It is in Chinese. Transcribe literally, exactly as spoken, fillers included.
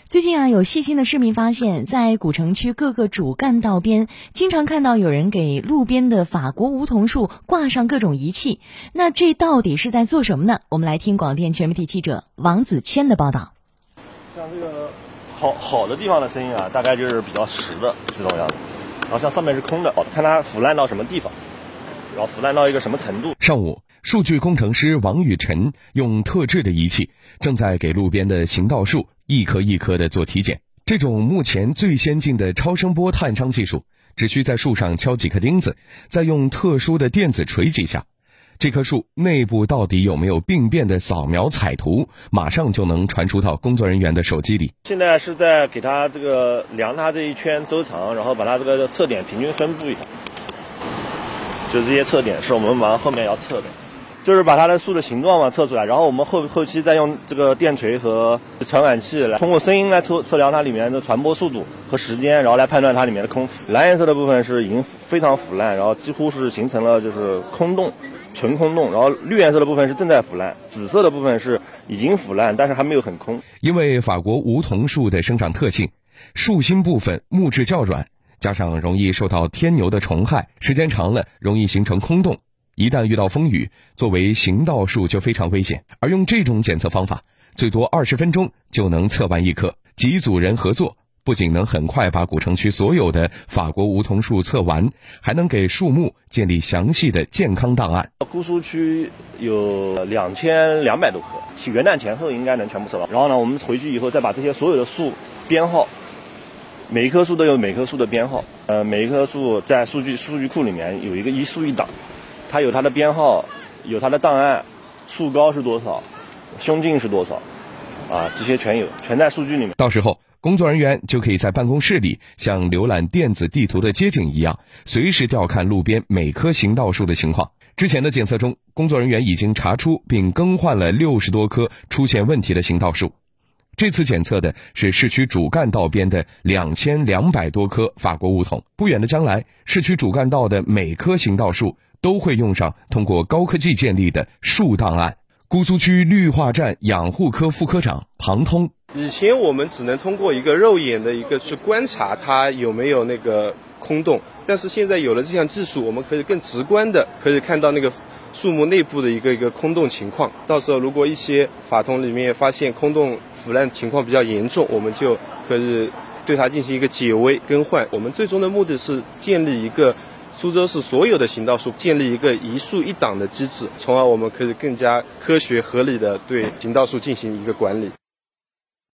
最近啊，有细心的市民发现，在古城区各个主干道边，经常看到有人给路边的法国梧桐树挂上各种仪器。那这到底是在做什么呢？我们来听广电全媒体记者王子谦的报道。 像这个好好的地方的声音啊，大概就是比较实的这种样子。然后像上面是空的，看它腐烂到什么地方，然后腐烂到一个什么程度。 上午，数据工程师王雨晨用特制的仪器，正在给路边的行道树一棵一棵的做体检。这种目前最先进的超声波探伤技术，只需在树上敲几颗钉子，再用特殊的电子锤几下，这棵树内部到底有没有病变的扫描彩图，马上就能传输到工作人员的手机里。 现在是在给它这个量它这一圈周长，然后把它这个测点平均分布一下。就这些测点是我们往后面要测的，就是把它的树的形状嘛测出来，然后我们后后期再用这个电锤和传感器来通过声音来测测量它里面的传播速度和时间，然后来判断它里面的空腐。蓝颜色的部分是已经非常腐烂，然后几乎是形成了就是空洞。纯空洞，然后绿颜色的部分是正在腐烂，紫色的部分是已经腐烂，但是还没有很空。 因为法国梧桐树的生长特性，树心部分木质较软，加上容易受到天牛的虫害，时间长了容易形成空洞。一旦遇到风雨，作为行道树就非常危险。而用这种检测方法，最多二十分钟就能测完一棵。几组人合作，不仅能很快把古城区所有的法国梧桐树测完，还能给树木建立详细的健康档案。 姑苏区有两千两百多棵，元旦前后应该能全部测到。然后呢，我们回去以后再把这些所有的树编号，每一棵树都有每棵树的编号。呃，每一棵树在数据数据库里面有一个一树一档，它有它的编号，有它的档案，树高是多少，胸径是多少，啊，这些全有，全在数据里面。 到时候工作人员就可以在办公室里像浏览电子地图的街景一样，随时调看路边每棵行道树的情况。之前的检测中，工作人员已经查出并更换了六十多棵出现问题的行道树。这次检测的是市区主干道边的两千两百多棵法国梧桐。不远的将来，市区主干道的每棵行道树都会用上通过高科技建立的树档案。姑苏区绿化站养护科副科长庞通， 以前我们只能通过一个肉眼的一个去观察它有没有那个空洞，但是现在有了这项技术，我们可以更直观的可以看到那个树木内部的一个一个空洞情况。到时候如果一些法桐里面发现空洞腐烂情况比较严重，我们就可以对它进行一个解围更换。我们最终的目的是建立一个苏州市所有的行道树建立一个一树一档的机制，从而我们可以更加科学合理的对行道树进行一个管理。